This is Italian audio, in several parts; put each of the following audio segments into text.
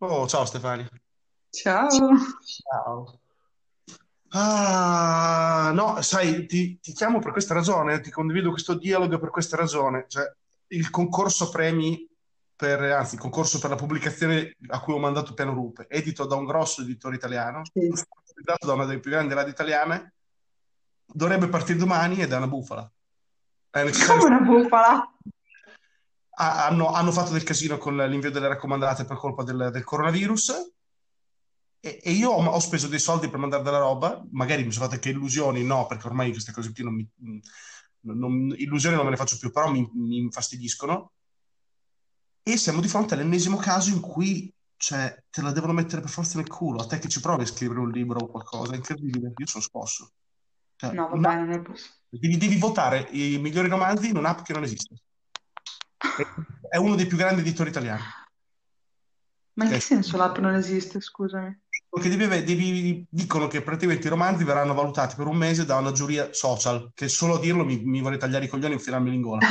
Oh, ciao Stefania. Ciao. Ciao. Ah, no, sai, ti chiamo per questa ragione, ti condivido questo dialogo per questa ragione. Cioè, il concorso premi anzi, il concorso per la pubblicazione a cui ho mandato Piano Rupe, edito da un grosso editore italiano, Sì. sponsorizzato da una delle più grandi radio italiane, dovrebbe partire domani ed è una bufala. È necessario. Come una bufala. Hanno fatto del casino con l'invio delle raccomandate per colpa del coronavirus. E io ho speso dei soldi per mandare della roba, magari mi sono fatte anche illusioni, no, perché ormai queste cose qui illusioni non me ne faccio più, però mi infastidiscono. E siamo di fronte all'ennesimo caso in cui, cioè, te la devono mettere per forza nel culo, a te che ci provi a scrivere un libro o qualcosa, è incredibile, io sono scosso. Cioè, No, vabbè, non è possibile. devi votare i migliori romanzi in un'app che non esiste. È è uno dei più grandi editori italiani. Ma in che Ok? senso l'app non esiste, scusami? Perché dicono che praticamente i romanzi verranno valutati per un mese da una giuria social, che solo a dirlo mi vuole tagliare i coglioni e infilarmi in gola.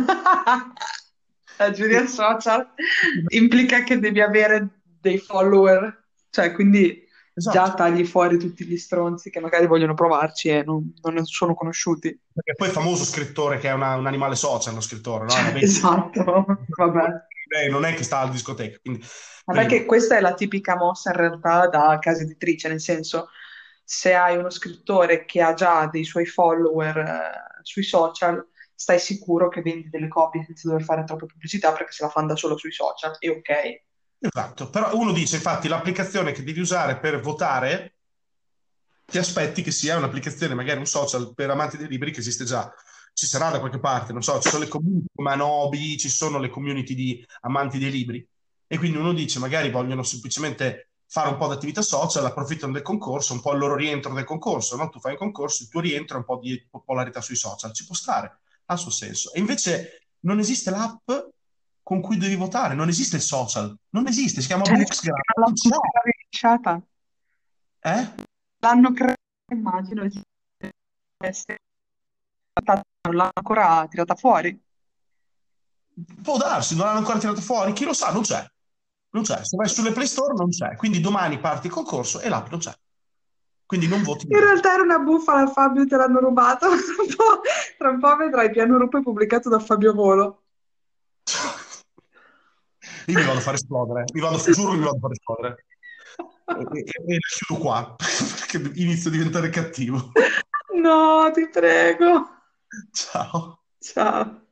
La giuria social implica che devi avere dei follower, cioè quindi Esatto, già tagli fuori tutti gli stronzi che magari vogliono provarci e non sono conosciuti. perché poi è famoso scrittore che è un animale social, lo scrittore, no? È una Cioè, bestia. esatto, vabbè. Non è che sta alla discoteca, quindi Vabbè primo. che questa è la tipica mossa in realtà da casa editrice, nel senso se hai uno scrittore che ha già dei suoi follower sui social, stai sicuro che vendi delle copie senza dover fare troppa pubblicità perché se la fanno da solo sui social, e ok. Esatto, però uno dice, infatti, l'applicazione che devi usare per votare, ti aspetti che sia un'applicazione, magari un social per amanti dei libri che esiste già. Ci sarà da qualche parte, non so, ci sono le community come Anobi, ci sono le community di amanti dei libri. E quindi uno dice, magari vogliono semplicemente fare un po' di attività social, approfittano del concorso, un po' il loro rientro del concorso, no? Tu fai un concorso, il tuo rientro è un po' di popolarità sui social, ci può stare, ha il suo senso. E invece non esiste l'app con cui devi votare, non esiste il social, non esiste, si chiama Cioè, nel senso che Booksgram, non non l'hanno c'è, ancora rilasciata. eh? L'hanno creata, immagino, non l'hanno ancora tirata fuori. Può darsi, non l'hanno ancora tirato fuori, chi lo sa, non c'è. Non c'è. Se vai sulle Play Store non c'è. Quindi domani parte il concorso e l'app non c'è. Quindi non voti In niente. realtà era una bufala, Fabio, te l'hanno rubato. Tra un po' vedrai Piano Rupe pubblicato da Fabio Volo. Io mi vado a fare esplodere. Giuro che mi vado a fare esplodere. E la chiudo qua, perché inizio a diventare cattivo. No, ti prego. Ciao. Ciao.